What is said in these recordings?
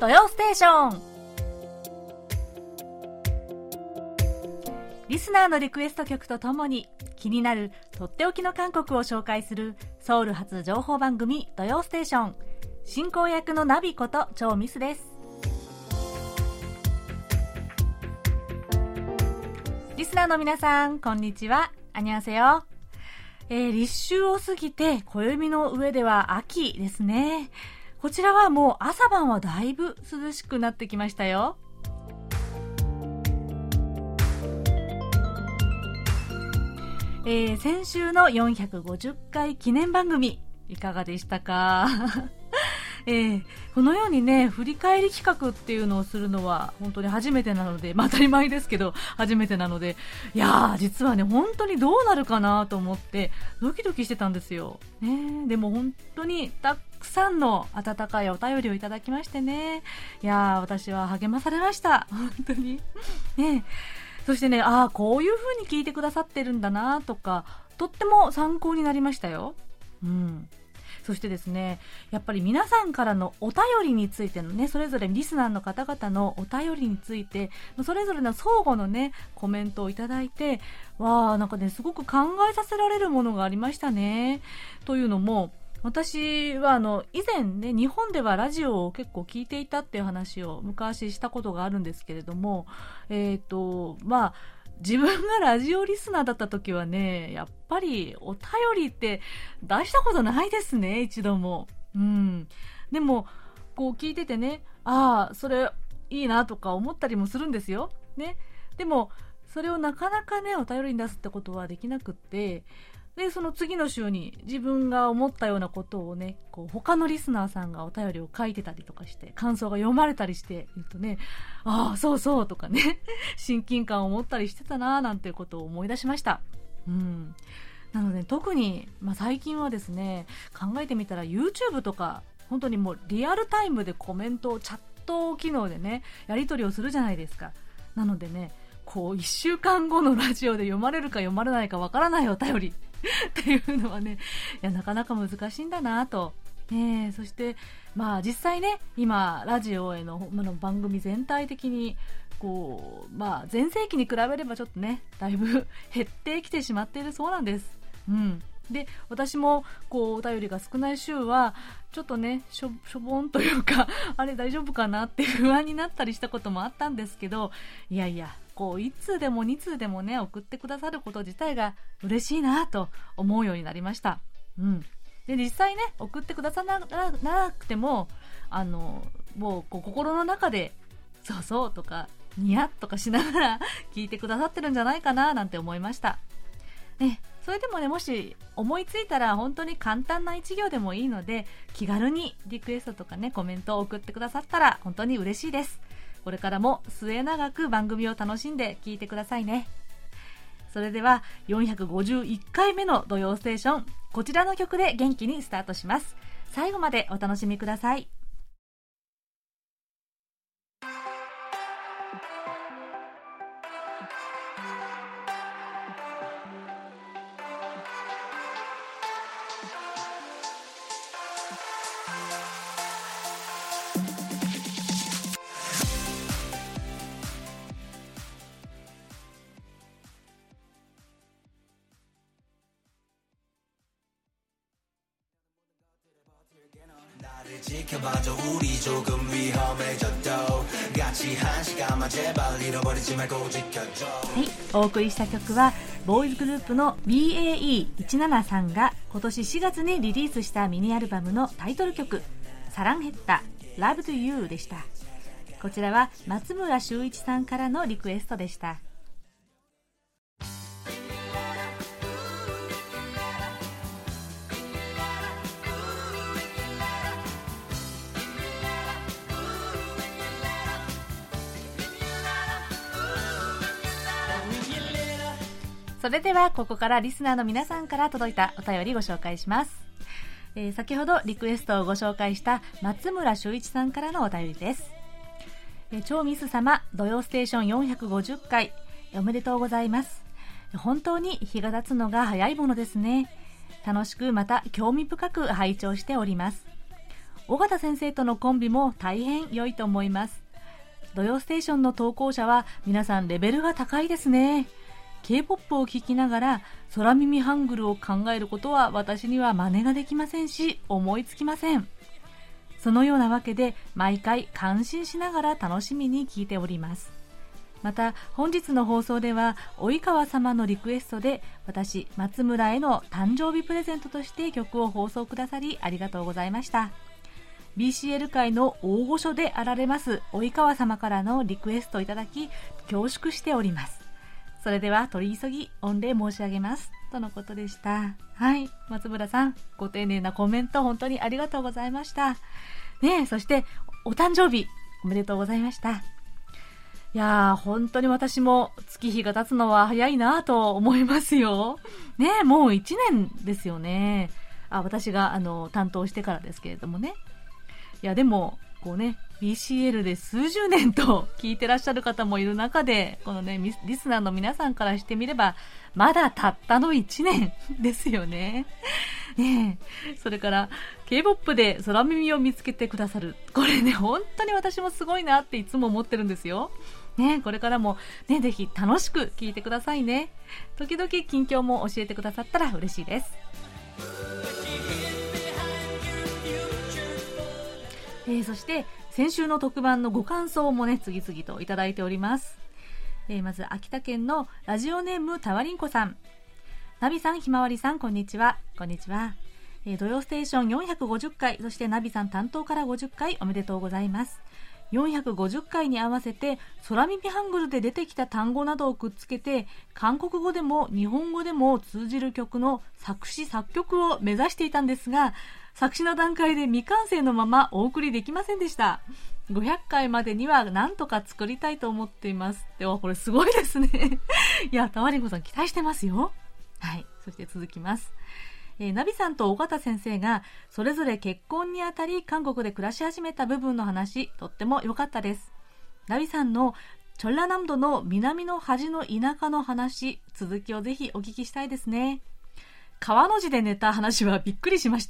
土曜ステーション。リスナーのリクエスト曲とともに気になるとっておきの韓国を紹介するソウル発情報番組土曜ステーション。進行役のナビことチョウミスです。リスナーの皆さん、こんにちは。アニョンセヨ。立秋を過ぎて暦の上では秋ですね。こちらはもう朝晩はだいぶ涼しくなってきましたよ。先週の450回記念番組いかがでしたか？このようにね、振り返り企画っていうのをするのは本当に初めてなので、当たり前ですけど初めてなので、いやー実はね、本当にどうなるかなと思ってドキドキしてたんですよ、ね。でも本当にたくさんの温かいお便りをいただきましてね、いやー私は励まされました、本当にね。そしてね、こういう風に聞いてくださってるんだなとか、とっても参考になりましたよ。そしてですね、やっぱり皆さんからのお便りについてのね、それぞれリスナーの方々のお便りについてそれぞれの相互のねコメントをいただいて、なんかね、すごく考えさせられるものがありましたね。というのも、私は以前ね、日本ではラジオを結構聞いていたっていう話を昔したことがあるんですけれども、自分がラジオリスナーだった時はね、やっぱりお便りって出したことないですね、一度も。でもこう聞いててね、それいいなとか思ったりもするんですよ、ね。でもそれをなかなかね、お便りに出すってことはできなくって、でその次の週に自分が思ったようなことをね、こう他のリスナーさんがお便りを書いてたりとかして、感想が読まれたりしているとね、そうそうとかね親近感を持ったりしてたななんていうことを思い出しました。なので特に、最近はですね、考えてみたら YouTube とか本当にもうリアルタイムでコメントをチャット機能でね、やり取りをするじゃないですか。なのでね、こう1週間後のラジオで読まれるか読まれないかわからないお便りっていうのはね、なかなか難しいんだなと。そして実際ね、今ラジオへの番組全体的にこう、前世紀に比べればちょっとね、だいぶ減ってきてしまっているそうなんです。で私もこうお便りが少ない週はちょっとね、しょぼんというかあれ大丈夫かなって不安になったりしたこともあったんですけど、いやこう1通でも2通でもね、送ってくださること自体が嬉しいなと思うようになりました。で実際ね、送ってくださらなくてももうこう心の中でそうそうとかニヤッとかしながら聞いてくださってるんじゃないかななんて思いましたね。それでもね、もし思いついたら本当に簡単な一行でもいいので、気軽にリクエストとかね、コメントを送ってくださったら本当に嬉しいです。これからも末永く番組を楽しんで聞いてくださいね。それでは451回目の土曜ステーション、こちらの曲で元気にスタートします。最後までお楽しみください。お送りした曲はボーイズグループの BAE173 が今年4月にリリースしたミニアルバムのタイトル曲サランヘッタ Love to You でした。こちらは松村修一さんからのリクエストでした。それではここからリスナーの皆さんから届いたお便りご紹介します。先ほどリクエストをご紹介した松村修一さんからのお便りです。超ミス様、土曜ステーション450回おめでとうございます。本当に日が経つのが早いものですね。楽しくまた興味深く拝聴しております。 尾形先生とのコンビも大変良いと思います。土曜ステーションの投稿者は皆さんレベルが高いですね。K-POP を聴きながら空耳ハングルを考えることは私には真似ができませんし、思いつきません。そのようなわけで毎回感心しながら楽しみに聴いております。また本日の放送では及川様のリクエストで私松村への誕生日プレゼントとして曲を放送くださりありがとうございました。 BCL 界の大御所であられます及川様からのリクエストをいただき恐縮しております。それでは取り急ぎ御礼申し上げますとのことでした。はい、松村さんご丁寧なコメント本当にありがとうございましたね。そしてお誕生日おめでとうございました。いやー本当に私も月日が経つのは早いなと思いますよね。もう1年ですよね。私が担当してからですけれどもね。いやでもこうね BCL で数十年と聞いてらっしゃる方もいる中で、このねリスナーの皆さんからしてみればまだたったの1年ですよね。ねえ、それから K-POP で空耳を見つけてくださる、これね本当に私もすごいなっていつも思ってるんですよ。ね、これからもねぜひ楽しく聞いてくださいね。時々近況も教えてくださったら嬉しいです。そして先週の特番のご感想もね次々といただいております。まず秋田県のラジオネームたわりんこさん。ナビさんひまわりさんこんにちは。こんにちは。土曜ステーション450回、そしてナビさん担当から50回おめでとうございます。450回に合わせて空耳ハングルで出てきた単語などをくっつけて韓国語でも日本語でも通じる曲の作詞作曲を目指していたんですが、作詞の段階で未完成のままお送りできませんでした。500回までには何とか作りたいと思っています。ではこれすごいですねいやたわりんこさん期待してますよ。はい、そして続きます。ナビさんと尾形先生がそれぞれ結婚にあたり韓国で暮らし始めた部分の話、とっても良かったです。ナビさんのチョンラナムドの南の端の田舎の話、続きをぜひお聞きしたいですね。川の字で寝た話はびっくりしました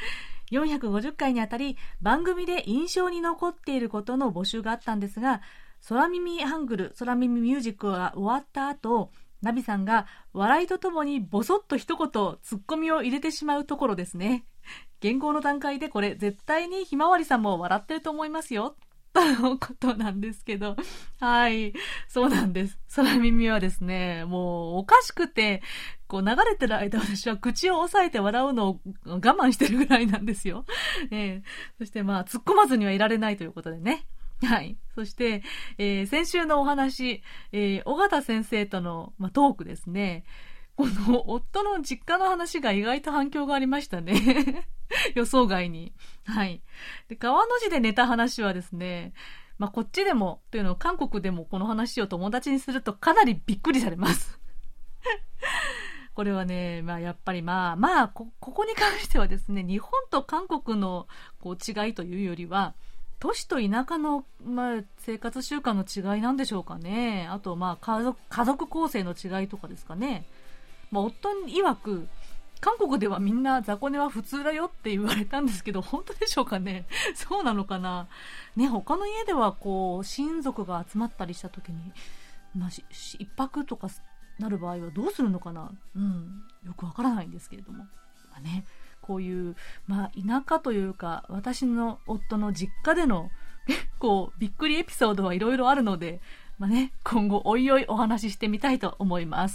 。450回にあたり番組で印象に残っていることの募集があったんですが、空耳ハングル、空耳ミュージックが終わった後、ナビさんが笑いとともにボソッと一言ツッコミを入れてしまうところですね。原稿の段階でこれ絶対にひまわりさんも笑ってると思いますよとのことなんですけど、はい、そうなんです。空耳はですね、もうおかしくてこう流れてる間私は口を押さえて笑うのを我慢してるぐらいなんですよ、そして突っ込まずにはいられないということでね。はい。そして、先週のお話、尾形先生との、トークですね。この夫の実家の話が意外と反響がありましたね。予想外に。はい。で、川の字で寝た話はですね、こっちでも、というのを韓国でもこの話を友達にするとかなりびっくりされます。これはね、やっぱりここに関してはですね、日本と韓国のこう違いというよりは、都市と田舎の、生活習慣の違いなんでしょうかね。あと家族構成の違いとかですかね。夫曰く韓国ではみんな雑魚寝は普通だよって言われたんですけど、本当でしょうかね。そうなのかなね。他の家ではこう親族が集まったりした時に、一泊とかなる場合はどうするのかな。よくわからないんですけれども、こういう、田舎というか私の夫の実家での結構びっくりエピソードはいろいろあるので、今後おいおいお話ししてみたいと思います。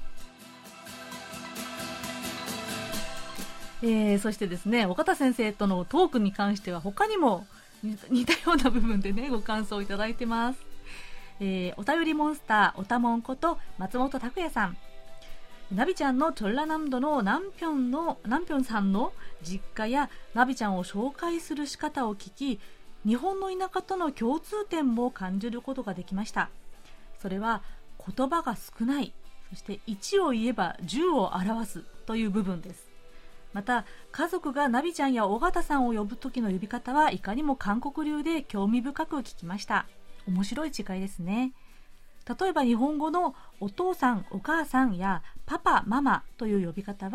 そしてですね、岡田先生とのトークに関しては他にも似たような部分でねご感想をいただいてます。お便りモンスターおたもんこと松本拓也さん。ナビちゃんのチョンラナムドのナンピョンさんの実家やナビちゃんを紹介する仕方を聞き、日本の田舎との共通点も感じることができました。それは言葉が少ない、そして1を言えば10を表すという部分です。また家族がナビちゃんや尾形さんを呼ぶ時の呼び方はいかにも韓国流で興味深く聞きました。面白い違いですね。例えば日本語のお父さんお母さんやパパママという呼び方は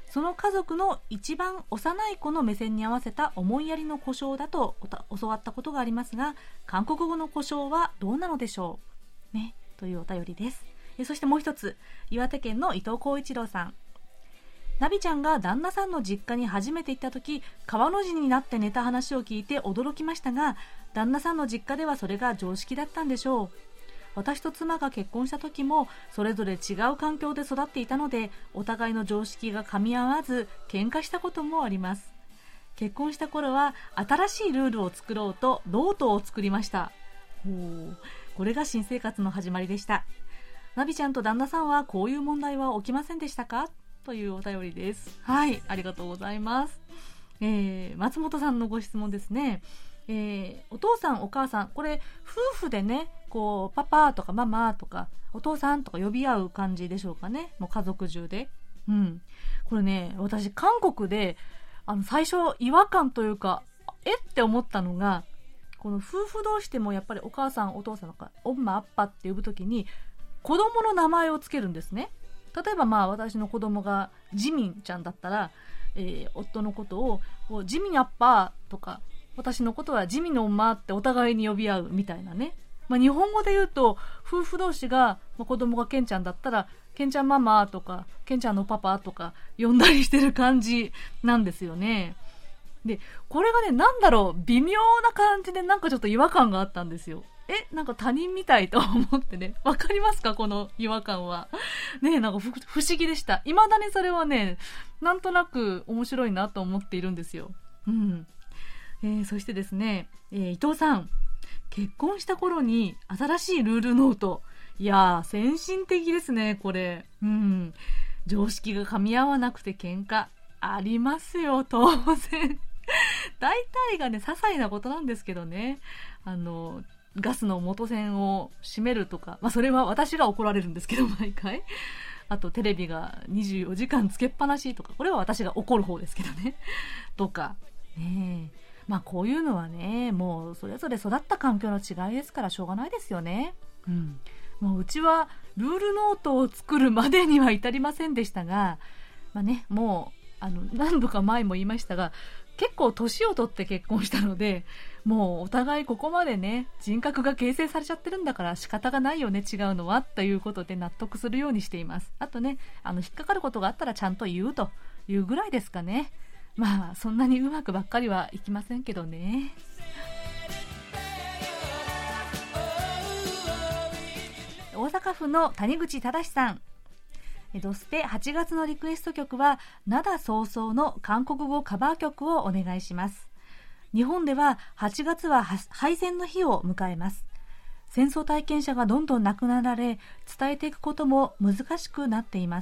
その家族の一番幼い子の目線に合わせた思いやりの呼称だと教わったことがありますが、韓国語の呼称はどうなのでしょうね、というお便りです。そしてもう一つ、岩手県の伊藤浩一郎さん。ナビちゃんが旦那さんの実家に初めて行った時、川の字になって寝た話を聞いて驚きましたが、旦那さんの実家ではそれが常識だったんでしょう。私と妻が結婚した時もそれぞれ違う環境で育っていたので、お互いの常識が噛み合わず喧嘩したこともあります。結婚した頃は新しいルールを作ろうとノートを作りました。これが新生活の始まりでした。ナビちゃんと旦那さんはこういう問題は起きませんでしたか、というお便りです。はい、ありがとうございます。松本さんのご質問ですね。お父さんお母さん、これ夫婦でね、こうパパとかママとかお父さんとか呼び合う感じでしょうかね。もう家族中で。これね、私韓国で最初違和感というかって思ったのが、この夫婦同士でもやっぱりお母さんお父さんとかおんまあっぱって呼ぶときに子供の名前をつけるんですね。例えば私の子供がジミンちゃんだったら、夫のことをジミンアッパーとか、私のことはジミのおんまってお互いに呼び合うみたいなね。日本語で言うと夫婦同士が、子供がケンちゃんだったらケンちゃんママとかケンちゃんのパパとか呼んだりしてる感じなんですよね。でこれがね、微妙な感じでちょっと違和感があったんですよ。なんか他人みたいと思ってね。わかりますか、この違和感は。ね、不思議でした。未だにそれはね、なんとなく面白いなと思っているんですよ。そしてですね、伊藤さん、結婚した頃に新しいルールノート。いやー、先進的ですね、これ。常識が噛み合わなくて喧嘩ありますよ、当然。大体がね、些細なことなんですけどね。ガスの元栓を閉めるとか、それは私が怒られるんですけど、毎回。あとテレビが24時間つけっぱなしとか、これは私が怒る方ですけどね。とかね。こういうのはね、もうそれぞれ育った環境の違いですからしょうがないですよね。もううちはルールノートを作るまでには至りませんでしたが、もう何度か前も言いましたが、結構年を取って結婚したので、もうお互いここまでね、人格が形成されちゃってるんだから仕方がないよね、違うのはということで納得するようにしています。あとね、引っかかることがあったらちゃんと言うというぐらいですかね。そんなにうまくばっかりはいきませんけどね。大阪府の谷口正さん。ドスペ8月のリクエスト曲は灘早々の韓国語カバー曲をお願いします。日本では8月は敗戦の日を迎えます。戦争体験者がどんどん亡くなられ、伝えていくことも難しくなっています。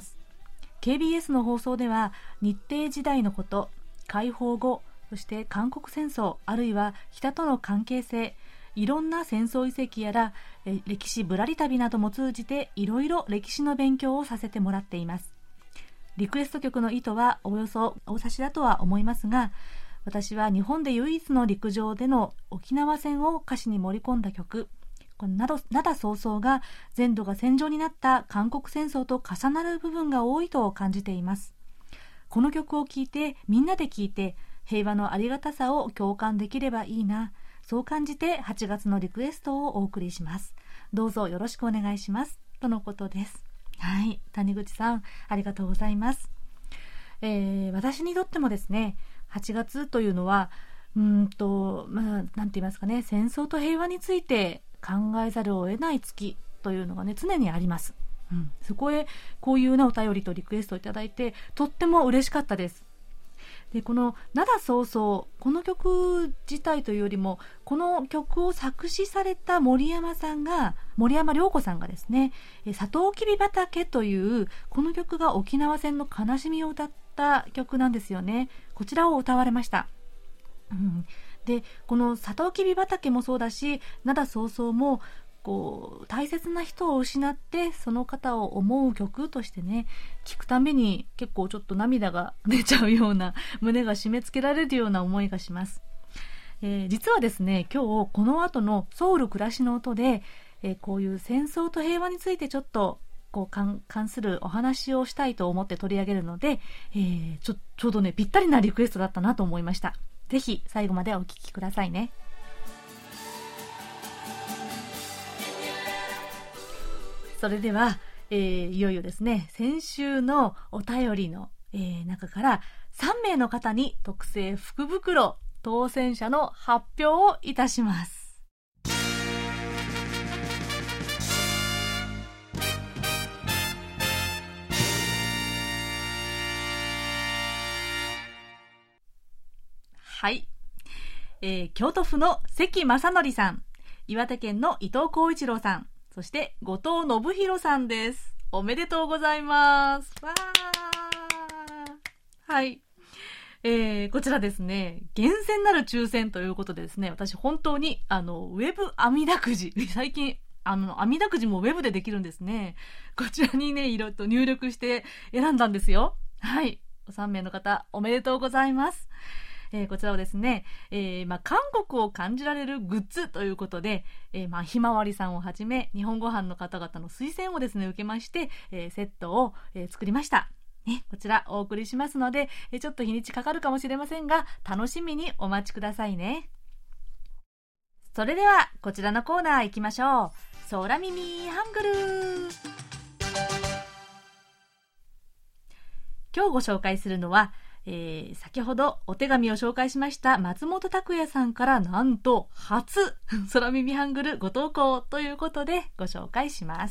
KBS の放送では日帝時代のこと、解放後、そして韓国戦争、あるいは北との関係性、いろんな戦争遺跡やら歴史ぶらり旅なども通じていろいろ歴史の勉強をさせてもらっています。リクエスト曲の意図はおよそ大差しだとは思いますが、私は日本で唯一の陸上での沖縄戦を歌詞に盛り込んだ曲、この灘早々が全土が戦場になった韓国戦争と重なる部分が多いと感じています。この曲を聴いて、みんなで聴いて、平和のありがたさを共感できればいいな、そう感じて8月のリクエストをお送りします。どうぞよろしくお願いします、とのことです。はい、谷口さんありがとうございます。私にとってもですね、8月というのはなんて言いますかね、戦争と平和について考えざるを得ない月というのがね、常にあります。そこへこういうお便りとリクエストをいただいてとっても嬉しかったです。でこの灘早々、この曲自体というよりも、この曲を作詞された森山良子さんがですね、サトウキビ畑というこの曲が沖縄戦の悲しみを歌った曲なんですよね。こちらを歌われました。でこのサトウキビ畑もそうだし、灘早々も大切な人を失ってその方を思う曲としてね、聞くたびに結構ちょっと涙が出ちゃうような、胸が締め付けられるような思いがします。実はですね、今日この後のソウル暮らしの音で、こういう戦争と平和についてちょっと関するお話をしたいと思って取り上げるので、ちょうどね、ぴったりなリクエストだったなと思いました。ぜひ最後までお聞きくださいね。それでは、いよいよですね、先週のお便りの、中から3名の方に特製福袋当選者の発表をいたします。はい、京都府の関正則さん、岩手県の伊藤浩一郎さん、そして後藤信弘さんです。おめでとうございます。わー。はい、こちらですね、厳選なる抽選ということでですね、私本当にウェブ網だくじ、最近網だくじもウェブでできるんですね。こちらにね、いろいろと入力して選んだんですよ。はい、3名の方おめでとうございます。こちらをですね、韓国を感じられるグッズということで、ひまわりさんをはじめ日本ご飯の方々の推薦をですね受けまして、セットを、作りました、ね、こちらお送りしますので、ちょっと日にちかかるかもしれませんが楽しみにお待ちくださいね。それではこちらのコーナー行きましょう。空耳ハングル。今日ご紹介するのは、先ほどお手紙を紹介しました松本拓也さんからなんと初空耳ハングルご投稿ということでご紹介します。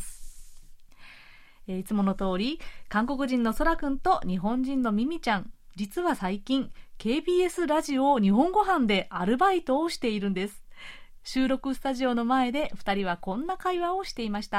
いつもの通り韓国人のそらくんと日本人のミミちゃん、実は最近 KBS ラジオ日本ご飯でアルバイトをしているんです。収録スタジオの前で2人はこんな会話をしていました。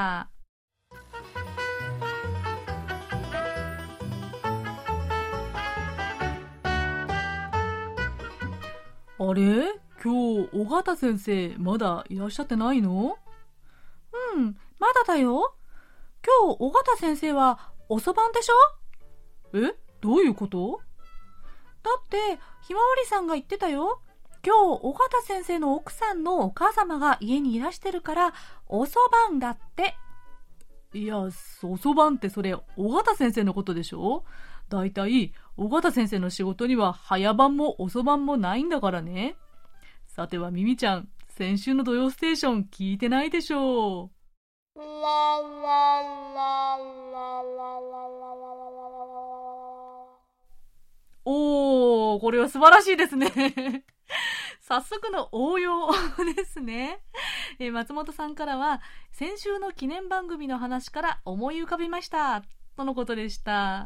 あれ？今日、尾形先生、まだいらっしゃってないの？うん、まだだよ。今日、尾形先生は遅番でしょ？どういうこと？だって、ひまわりさんが言ってたよ。今日、尾形先生の奥さんのお母様が家にいらしてるから、遅番だって。いや、遅番ってそれ、尾形先生のことでしょ？だいたい尾形先生の仕事には早番も遅番もないんだからね。さてはミミちゃん、先週の土曜ステーション聞いてないでしょう。おー、これは素晴らしいですね。早速の応用ですね。松本さんからは先週の記念番組の話から思い浮かびましたとのことでした。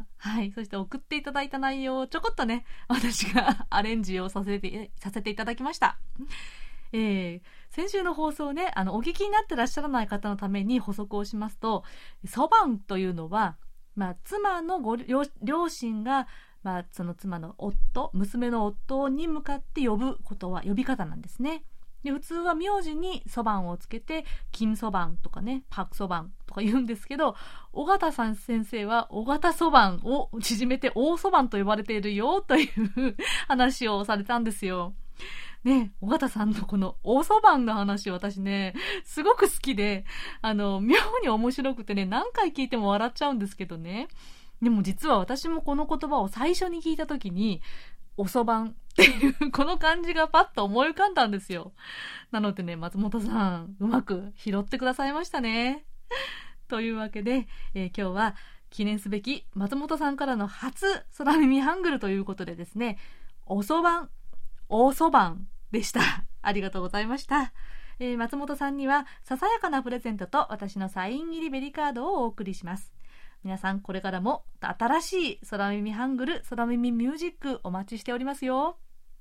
はい。そして送っていただいた内容をちょこっとね、私がアレンジをさせていただきました。先週の放送ね、お聞きになってらっしゃらない方のために補足をしますと、そばんというのは、妻の両親が、その妻の娘の夫に向かって呼び方なんですね。で、普通は名字にそばんをつけて金そばんとかね、パクそばんとか言うんですけど、尾形さん先生は尾形そばんを縮めて大そばんと呼ばれているよという話をされたんですよ。ね、尾形さんのこの大そばんの話、私ねすごく好きで、妙に面白くてね、何回聞いても笑っちゃうんですけどね。でも実は私もこの言葉を最初に聞いた時におそばんっていうこの漢字がパッと思い浮かんだんですよ。なのでね、松本さんうまく拾ってくださいましたね。というわけで、今日は記念すべき松本さんからの初空耳ハングルということでですね、おそばん、大そばんでした。ありがとうございました。松本さんにはささやかなプレゼントと私のサイン入りベリカードをお送りします。皆さんこれからも新しい空耳ハングル、空耳ミュージックお待ちしておりますよ。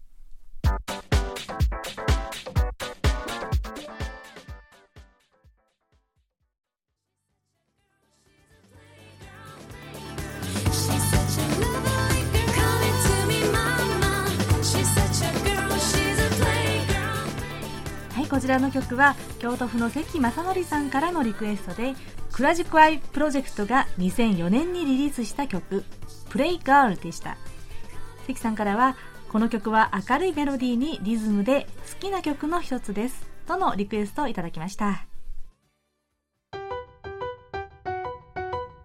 はい、こちらの曲は京都府の関正則さんからのリクエストで、クラジクアイプロジェクトが2004年にリリースした曲プレイガールでした。関さんからは、この曲は明るいメロディーにリズムで好きな曲の一つですとのリクエストをいただきました。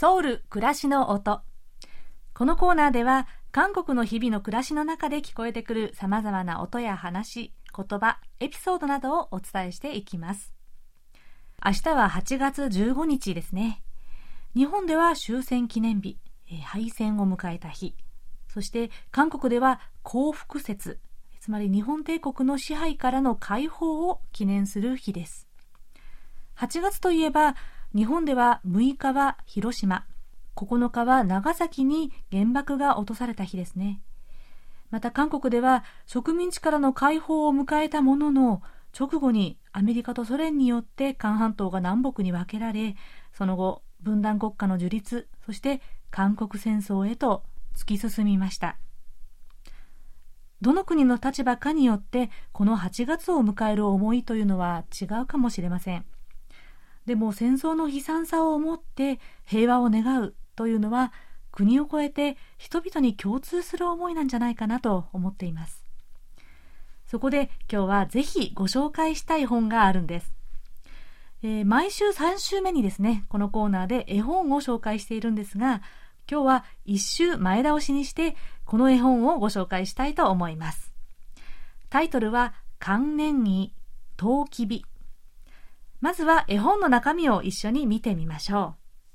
ソウル暮らしの音。このコーナーでは韓国の日々の暮らしの中で聞こえてくるさまざまな音や話、言葉、エピソードなどをお伝えしていきます。明日は8月15日ですね。日本では終戦記念日、敗戦を迎えた日、そして韓国では光復節、つまり日本帝国の支配からの解放を記念する日です。8月といえば日本では6日は広島、9日は長崎に原爆が落とされた日ですね。また韓国では植民地からの解放を迎えたものの、直後にアメリカとソ連によって韓半島が南北に分けられ、その後分断国家の樹立、そして韓国戦争へと突き進みました。どの国の立場かによってこの8月を迎える思いというのは違うかもしれません。でも戦争の悲惨さを思って平和を願うというのは、国を越えて人々に共通する思いなんじゃないかなと思っています。そこで今日はぜひご紹介したい本があるんです。毎週3週目にですね、このコーナーで絵本を紹介しているんですが、今日は1週前倒しにしてこの絵本をご紹介したいと思います。タイトルは観念医トウキビ。まずは絵本の中身を一緒に見てみましょう。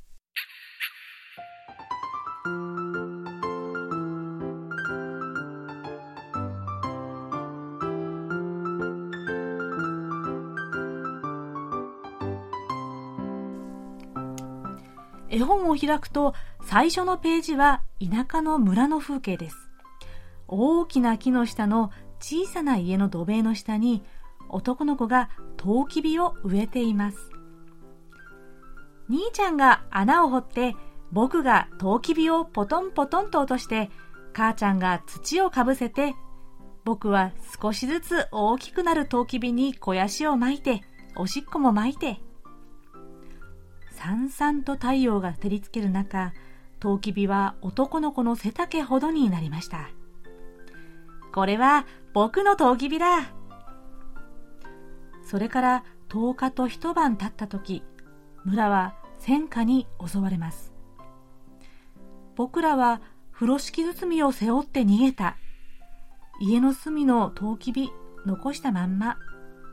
絵本を開くと最初のページは田舎の村の風景です。大きな木の下の小さな家の土塀の下に男の子がトウキビを植えています。兄ちゃんが穴を掘って僕がトウキビをポトンポトンと落として、母ちゃんが土をかぶせて、僕は少しずつ大きくなるトウキビに肥やしをまいて、おしっこもまいて、さんさんと太陽が照りつける中、トウキビは男の子の背丈ほどになりました。これは僕のトウキビだ。それから10日と一晩経った時、村は戦火に襲われます。僕らは風呂敷包みを背負って逃げた。家の隅のトウキビ残したまんま。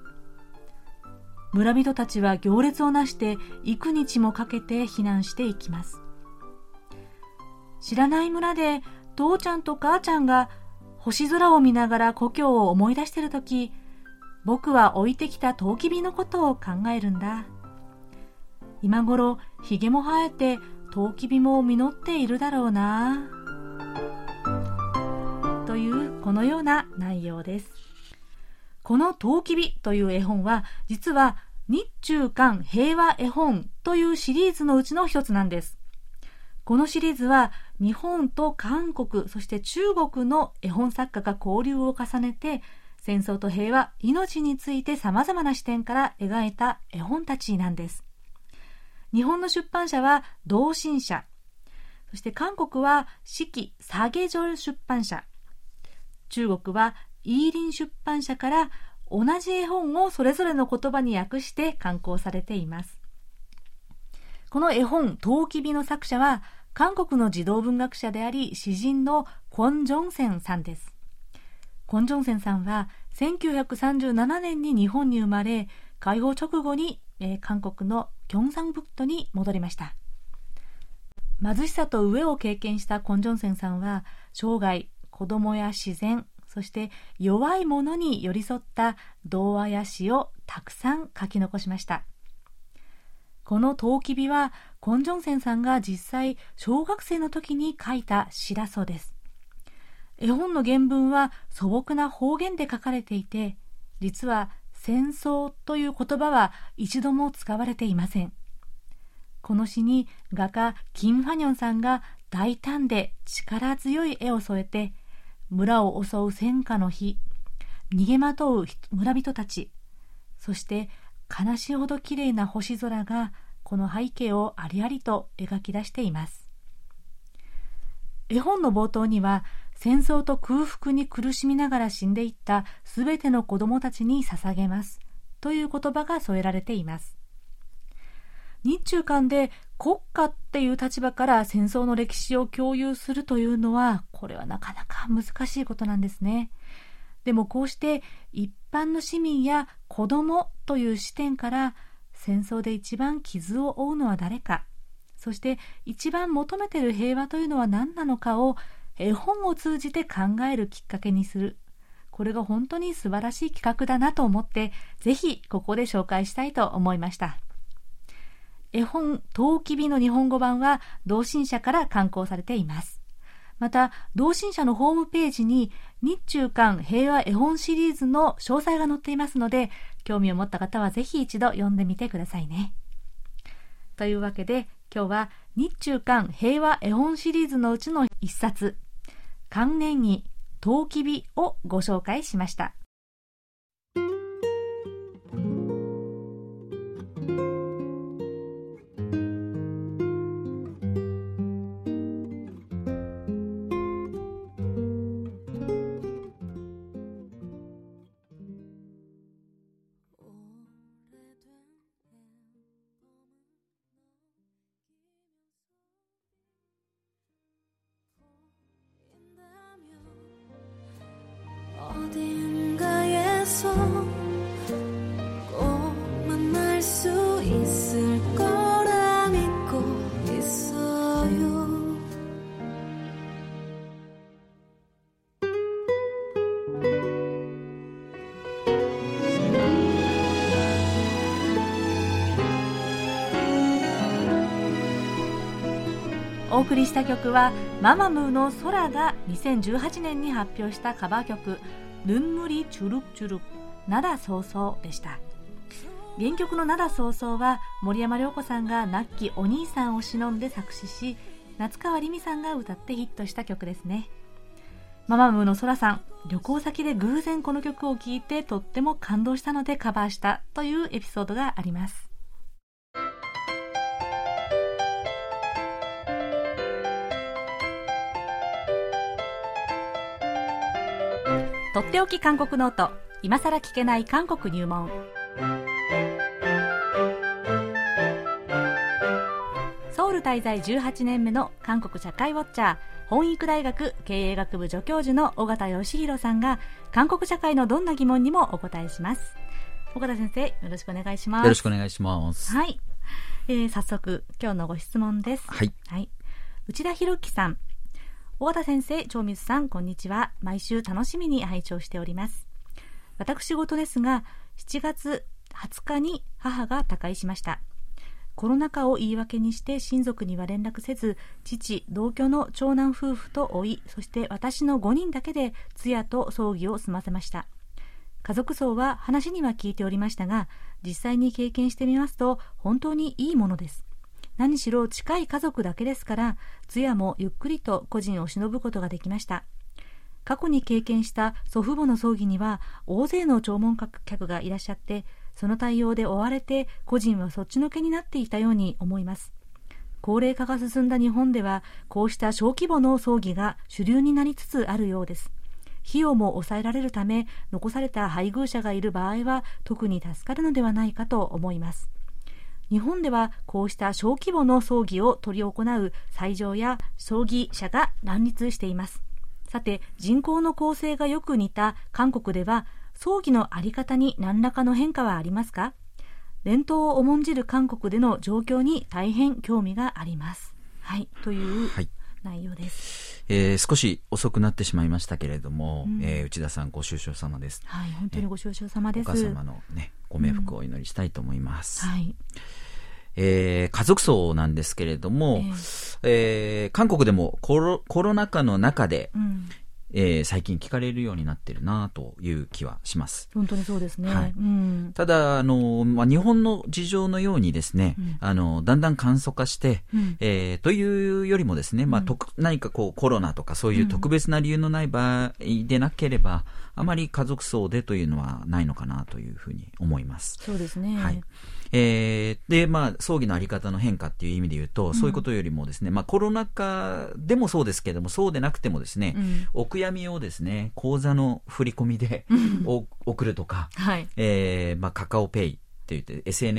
村人たちは行列をなして幾日もかけて避難していきます。知らない村で父ちゃんと母ちゃんが星空を見ながら故郷を思い出しているとき、僕は置いてきたトウキビのことを考えるんだ。今頃ひげも生えてトウキビも実っているだろうな。というこのような内容です。このトウキビという絵本は実は日中韓平和絵本というシリーズのうちの一つなんです。このシリーズは日本と韓国、そして中国の絵本作家が交流を重ねて、戦争と平和、命について様々な視点から描いた絵本たちなんです。日本の出版社は同心社、そして韓国は四季サゲジョル出版社、中国はイーリン出版社から同じ絵本をそれぞれの言葉に訳して刊行されています。この絵本トウキビの作者は韓国の児童文学者であり詩人のクォン・ジョンセンさんです。クォン・ジョンセンさんは1937年に日本に生まれ、解放直後に韓国のキョンサンブクトに戻りました。貧しさと飢えを経験したクォン・ジョンセンさんは生涯子供や自然、そして弱い者に寄り添った童話や詩をたくさん書き残しました。このトウキビはクォン・ジョンセンさんが実際小学生の時に書いた詩だそうです。絵本の原文は素朴な方言で書かれていて、実は戦争という言葉は一度も使われていません。この詩に画家キム・ファニョンさんが大胆で力強い絵を添えて、村を襲う戦火の日、逃げまとう村人たち、そして悲しいほど綺麗な星空がこの背景をありありと描き出しています。絵本の冒頭には、戦争と空腹に苦しみながら死んでいったすべての子供たちに捧げますという言葉が添えられています。 日中間で国家っていう立場から戦争の歴史を共有するというのは、これはなかなか難しいことなんですね。でもこうして一般の市民や子供という視点から戦争で一番傷を負うのは誰か、そして一番求めている平和というのは何なのかを絵本を通じて考えるきっかけにする。これが本当に素晴らしい企画だなと思って、ぜひここで紹介したいと思いました。絵本トウキビの日本語版は同心社から刊行されています。また同心社のホームページに日中韓平和絵本シリーズの詳細が載っていますので、興味を持った方はぜひ一度読んでみてくださいね。というわけで今日は日中韓平和絵本シリーズのうちの一冊、韓年儀トウキビをご紹介しました。お送りした曲はママムーの空が2018年に発表したカバー曲ヌンムリチュルクチュルク灘そうそうでした。原曲の灘そうそうは森山良子さんが亡きお兄さんを偲んで作詞し、夏川りみさんが歌ってヒットした曲ですね。ママムーの空さん、旅行先で偶然この曲を聴いてとっても感動したのでカバーしたというエピソードがあります。とっておき韓国ノート、今さら聞けない韓国入門。ソウル滞在18年目の韓国社会ウォッチャー、本育大学経営学部助教授の尾形義弘さんが韓国社会のどんな疑問にもお答えします。尾形先生、よろしくお願いします。 よろしくお願いします。 はい、早速今日のご質問です。 はい、 はい、内田博樹さん、尾形先生、長水さん、こんにちは。毎週楽しみに拝聴しております。私事ですが、7月20日に母が他界しました。コロナ禍を言い訳にして親族には連絡せず、父、同居の長男夫婦と甥、そして私の5人だけで通夜と葬儀を済ませました。家族葬は話には聞いておりましたが、実際に経験してみますと本当にいいものです。何しろ近い家族だけですから、通夜もゆっくりと故人を偲ぶことができました。過去に経験した祖父母の葬儀には大勢の弔問客がいらっしゃって、その対応で追われて故人はそっちのけになっていたように思います。高齢化が進んだ日本ではこうした小規模の葬儀が主流になりつつあるようです。費用も抑えられるため、残された配偶者がいる場合は特に助かるのではないかと思います。日本ではこうした小規模の葬儀を執り行う斎場や葬儀社が乱立しています。さて、人口の構成がよく似た韓国では葬儀のあり方に何らかの変化はありますか？伝統を重んじる韓国での状況に大変興味があります。はい、という内容です。 少し遅くなってしまいましたけれども、内田さんご愁傷様です。 はい、本当にご愁傷様です。 お母様のね、ご冥福をお祈りしたいと思います。 はい。 家族葬なんですけれども、韓国でもコロナ禍の中で、最近聞かれるようになってるなという気はします。 本当にそうですね。 はい。ただ日本の事情のようにですね、だんだん簡素化して、というよりもですね、何かこうコロナとかそういう特別な理由のない場合でなければ、あまり家族葬でというのはないのかなというふうに思います。 そうですね。 はい。で葬儀のあり方の変化っていう意味で言うと、そういうことよりもですね、コロナ禍でもそうですけれども、そうでなくてもですね、お悔やみをですね、口座の振り込みで送るとか、はい、カカオペイっって言って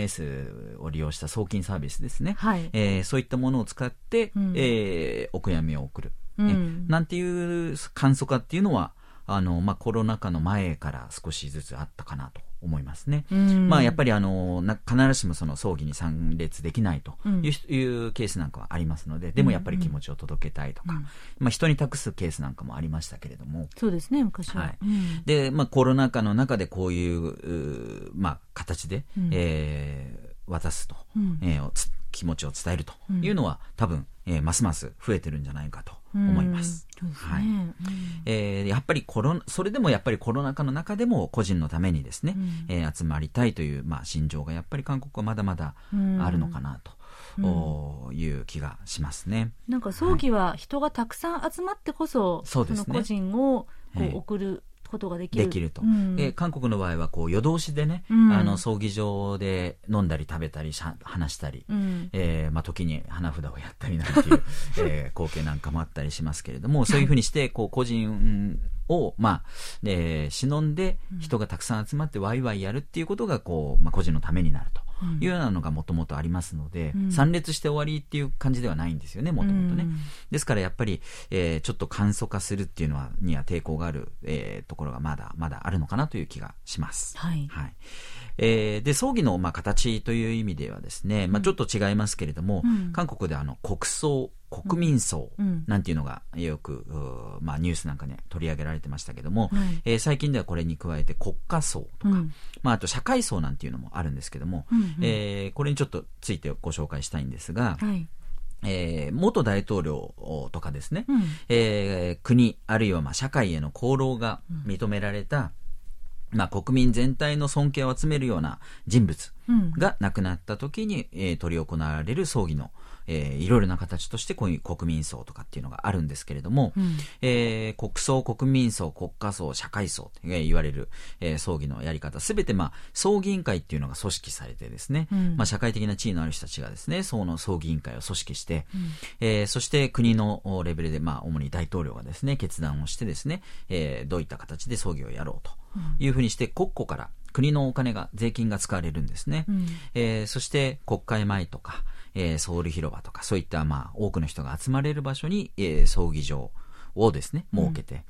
SNS を利用した送金サービスですね、 はい、 そういったものを使って、お悔やみを送る、なんていう簡素化っていうのはコロナ禍の前から少しずつあったかなと思いますね。やっぱり必ずしもその葬儀に参列できないというケースなんかはありますので、でもやっぱり気持ちを届けたいとか、人に託すケースなんかもありましたけれども、 そうですね、昔は。 で、コロナ禍の中でこういう形で、渡すと、気持ちを伝えるというのは、多分、ますます増えてるんじゃないかと思います。やっぱりそれでもやっぱりコロナ禍の中でも個人のためにですね、集まりたいという、心情がやっぱり韓国はまだまだあるのかなという気がしますね。 なんか葬儀は人がたくさん集まってこそ、その個人を送ることができると、韓国の場合は夜通しでね、葬儀場で飲んだり食べたり話したり、時に花札をやったりなんていう、光景なんかもあったりしますけれども、そういうふうにして個人を、忍んで人がたくさん集まってワイワイやるっていうことが個人のためになるというようなのがもともとありますので、参列して終わりっていう感じではないんですよね、もともとね。ですからやっぱり、ちょっと簡素化するっていうのには抵抗がある、ところがまだあるのかなという気がします。で、葬儀の形という意味ではですね、ちょっと違いますけれども、韓国で国葬、国民葬なんていうのがよく、ニュースなんかに取り上げられてましたけども、最近ではこれに加えて国家葬とか、あと社会葬なんていうのもあるんですけども、これにちょっとついてご紹介したいんですが、元大統領とかですね、国あるいは社会への功労が認められた、国民全体の尊敬を集めるような人物が亡くなった時に、執り行われる葬儀の、いろいろな形としてこういう国民葬とかっていうのがあるんですけれども、国葬、国民葬、国家葬、社会葬と言われる、葬儀のやり方、すべて葬儀委員会っていうのが組織されてですね、社会的な地位のある人たちがですね、その葬儀委員会を組織して、そして国のレベルで、主に大統領がですね、決断をしてですね、どういった形で葬儀をやろうというふうにして、国庫から国のお金が、税金が使われるんですね。そして国会前とか、ソウル広場とか、そういった多くの人が集まれる場所に、葬儀場をですね、設けて、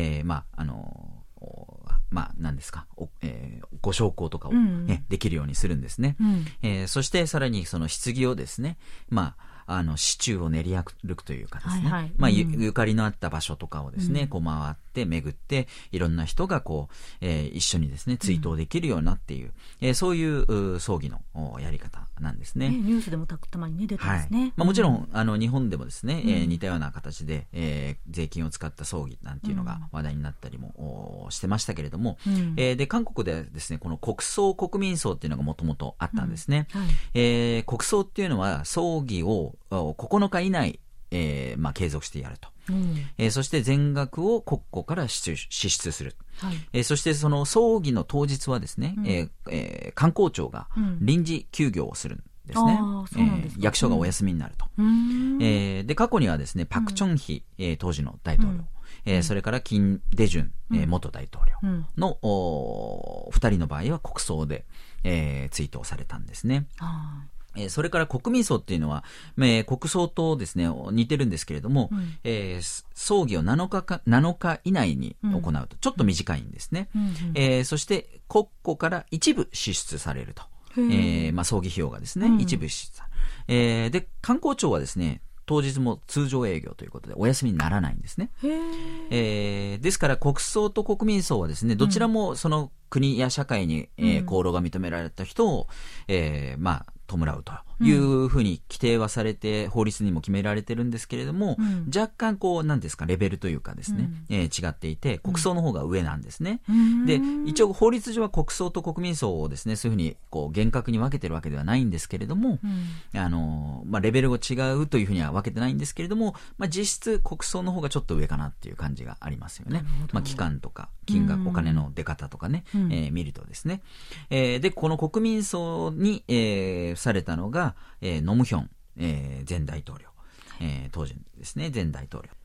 何ですか、ご焼香とかを、できるようにするんですね。そしてさらにその棺をですね、市中を練り歩くというかですね、ゆかりのあった場所とかをですね、回って巡っていろんな人が一緒にですね追悼できるようになっている、そういう葬儀のやり方なんですね。 ニュースでもたまに出てますね。 もちろん日本でもですね、似たような形で、税金を使った葬儀なんていうのが話題になったりもしてましたけれども、で韓国ではですね、この国葬国民葬っていうのがもともとあったんですね。国葬っていうのは葬儀を9日以内、継続してやると、そして全額を国庫から支出する、そしてその葬儀の当日はですね、観光庁が臨時休業をするんですね。役所がお休みになると。で過去にはですね、パク・チョンヒ、当時の大統領、それからキン・デジュン、元大統領の、2人の場合は国葬で、追悼されたんですね。それから国民葬っていうのは、国葬とですね似てるんですけれども、葬儀を7日以内に行うと、ちょっと短いんですね。そして国庫から一部支出されると、葬儀費用がですね、一部支出される。で観光庁はですね、当日も通常営業ということでお休みにならないんですね。ですから国葬と国民葬はですね、どちらもその国や社会に、功労が認められた人を、弔うというふうに規定はされて、法律にも決められてるんですけれども、若干何ですか、レベルというかですね、違っていて、国葬の方が上なんですね。で一応法律上は国葬と国民葬をですね、そういうふうに厳格に分けてるわけではないんですけれども、レベルが違うというふうには分けてないんですけれども、実質国葬の方がちょっと上かなっていう感じがありますよね。期間とか金額、お金の出方とかね、見るとですね、でこの国民葬に、されたのが、ノムヒョン、前大統領、当時ですね前大統領、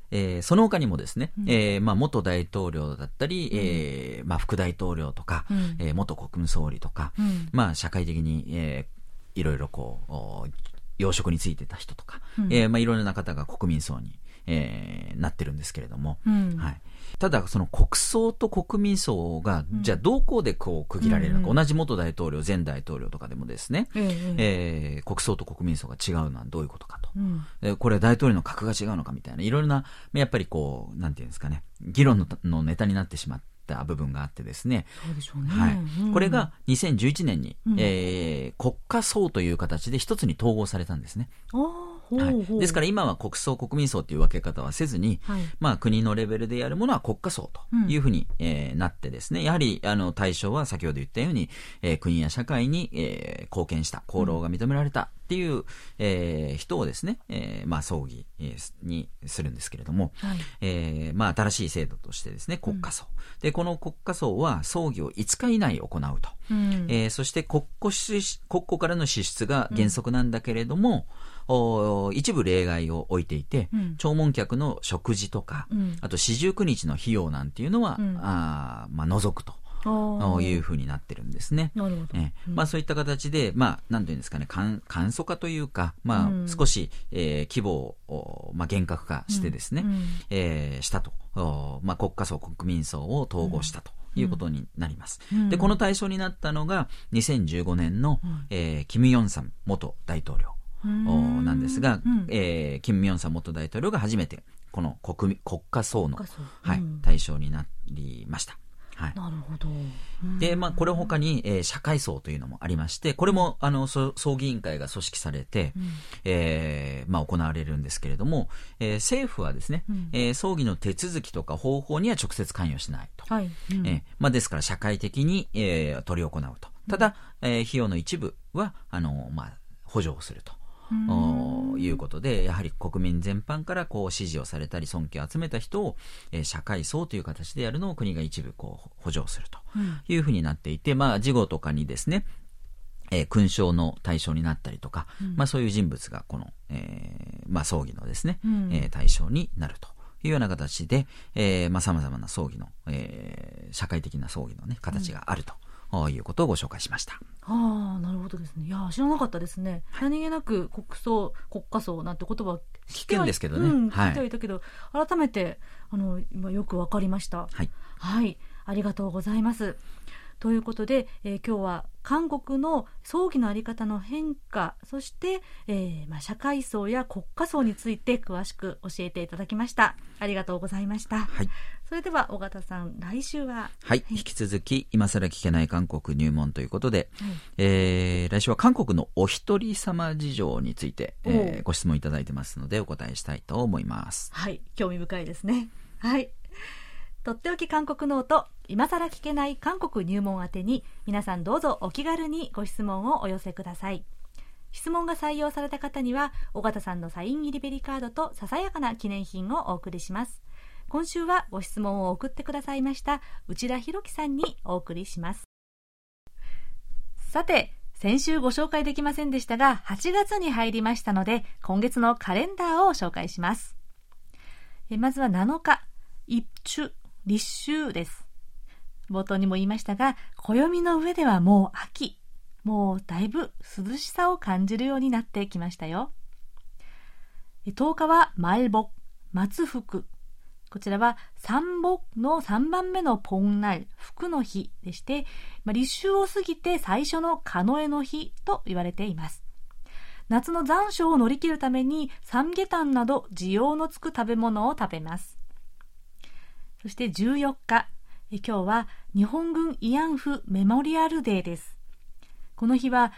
その他にもですね、元大統領だったり、副大統領とか、元国務総理とか、社会的に、いろいろ要職についてた人とか、いろいろな方が国民葬に、なってるんですけれども、はい。ただその国葬と国民葬が、じゃあどこで区切られるのか、同じ元大統領前大統領とかでもですね、国葬と国民葬が違うのはどういうことかと、これは大統領の格が違うのかみたいな、いろいろなやっぱりなんていうんですかね、議論のネタになってしまった部分があってですね、 そうでしょうね、 はい。これが2011年に、国家葬という形で一つに統合されたんですね。はい、ですから今は国葬国民葬という分け方はせずに、国のレベルでやるものは国家葬というふうに、なってですね、やはり対象は先ほど言ったように、国や社会に、貢献した功労が認められたっていう、人をですね、葬儀、にするんですけれども、新しい制度としてですね、国家葬、でこの国家葬は葬儀を5日以内行うと、そして国庫からの支出が原則なんだけれども、一部例外を置いていて、弔問客の食事とか、あと四十九日の費用なんていうのは、除くというふうになってるんですね。 なるほど。 そういった形で、なんていうんですかね、簡素化というか、少し、規模を、厳格化してですね、したと、国家葬国民葬を統合したということになります。でこの対象になったのが2015年の、キム・ヨンサン元大統領なんですが、キム・ヨンサン元大統領が初めてこの国家葬の、対象になりました。はい、なるほど。で、これ他に、社会葬というのもありまして、これも葬儀委員会が組織されて、行われるんですけれども、政府はですね、葬儀の手続きとか方法には直接関与しないと。ですから社会的に、執り行うと。ただ、費用の一部は補助をすると。いうことで、やはり国民全般から支持をされたり尊敬を集めた人を、社会葬という形でやるのを国が一部補助をするというふうになっていて、事後とかにですね、勲章の対象になったりとか、そういう人物がこの、葬儀のですね、対象になるというような形で、様々な葬儀の、社会的な葬儀のね形があると。いうことをご紹介しました。 なるほどですね。いや知らなかったですね。何気なく国家葬なんて言葉聞くんですけどね。 聞いてはいたけど、改めて今よくわかりました。はい、ありがとうございます。ということで、今日は韓国の葬儀のあり方の変化、そして、社会葬や国家葬について詳しく教えていただきました。ありがとうございました。それでは尾形さん、来週は引き続き今更聞けない韓国入門ということで、来週は韓国のお一人様事情について、ご質問いただいてますのでお答えしたいと思います。 興味深いですね。とっておき韓国ノート、今更聞けない韓国入門宛てに皆さんどうぞお気軽にご質問をお寄せください。質問が採用された方には尾形さんのサイン入りベリーカードとささやかな記念品をお送りします。今週はご質問を送ってくださいました内田博樹さんにお送りします。さて、先週ご紹介できませんでしたが8月に入りましたので今月のカレンダーを紹介します。まずは7日、一中立秋です。冒頭にも言いましたが、暦の上ではもう秋、もうだいぶ涼しさを感じるようになってきましたよ。10日は말복、松福。こちらは三복の3番目のポンナル、福の日でして、立秋を過ぎて最初のカノエの日と言われています。夏の残暑を乗り切るためにサムゲタンなど需要のつく食べ物を食べます。そして14日、今日は日本軍慰安婦メモリアルデーです。この日は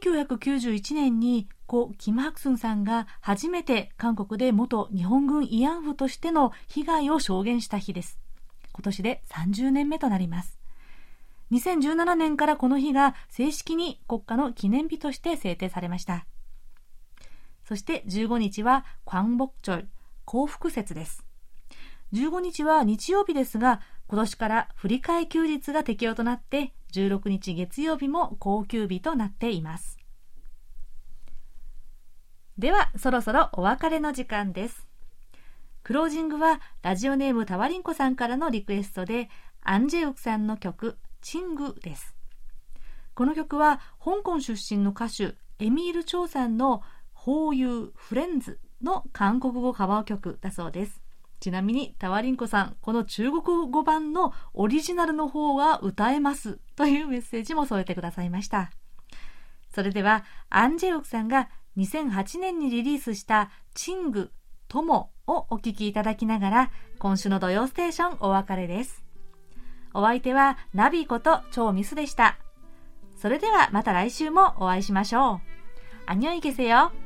1991年に故キム・ハクスンさんが初めて韓国で元日本軍慰安婦としての被害を証言した日です。今年で30年目となります。2017年からこの日が正式に国家の記念日として制定されました。そして15日は광복절、幸福節です。15日は日曜日ですが、今年から振り替え休日が適用となって、16日月曜日も公休日となっています。では、そろそろお別れの時間です。 クロージングはラジオネームタワリンコさんからのリクエストで、アンジェウクさんの曲チングです。この曲は香港出身の歌手エミール・チョウさんのホーユーフレンズの韓国語カバー曲だそうです。ちなみにタワリンコさん、この中国語版のオリジナルの方が歌えますというメッセージも添えてくださいました。それではアンジェウクさんが2008年にリリースしたチング友をお聴きいただきながら、今週の土曜ステーションお別れです。お相手はナビこと超ミスでした。それではまた来週もお会いしましょう。안녕히 계세요。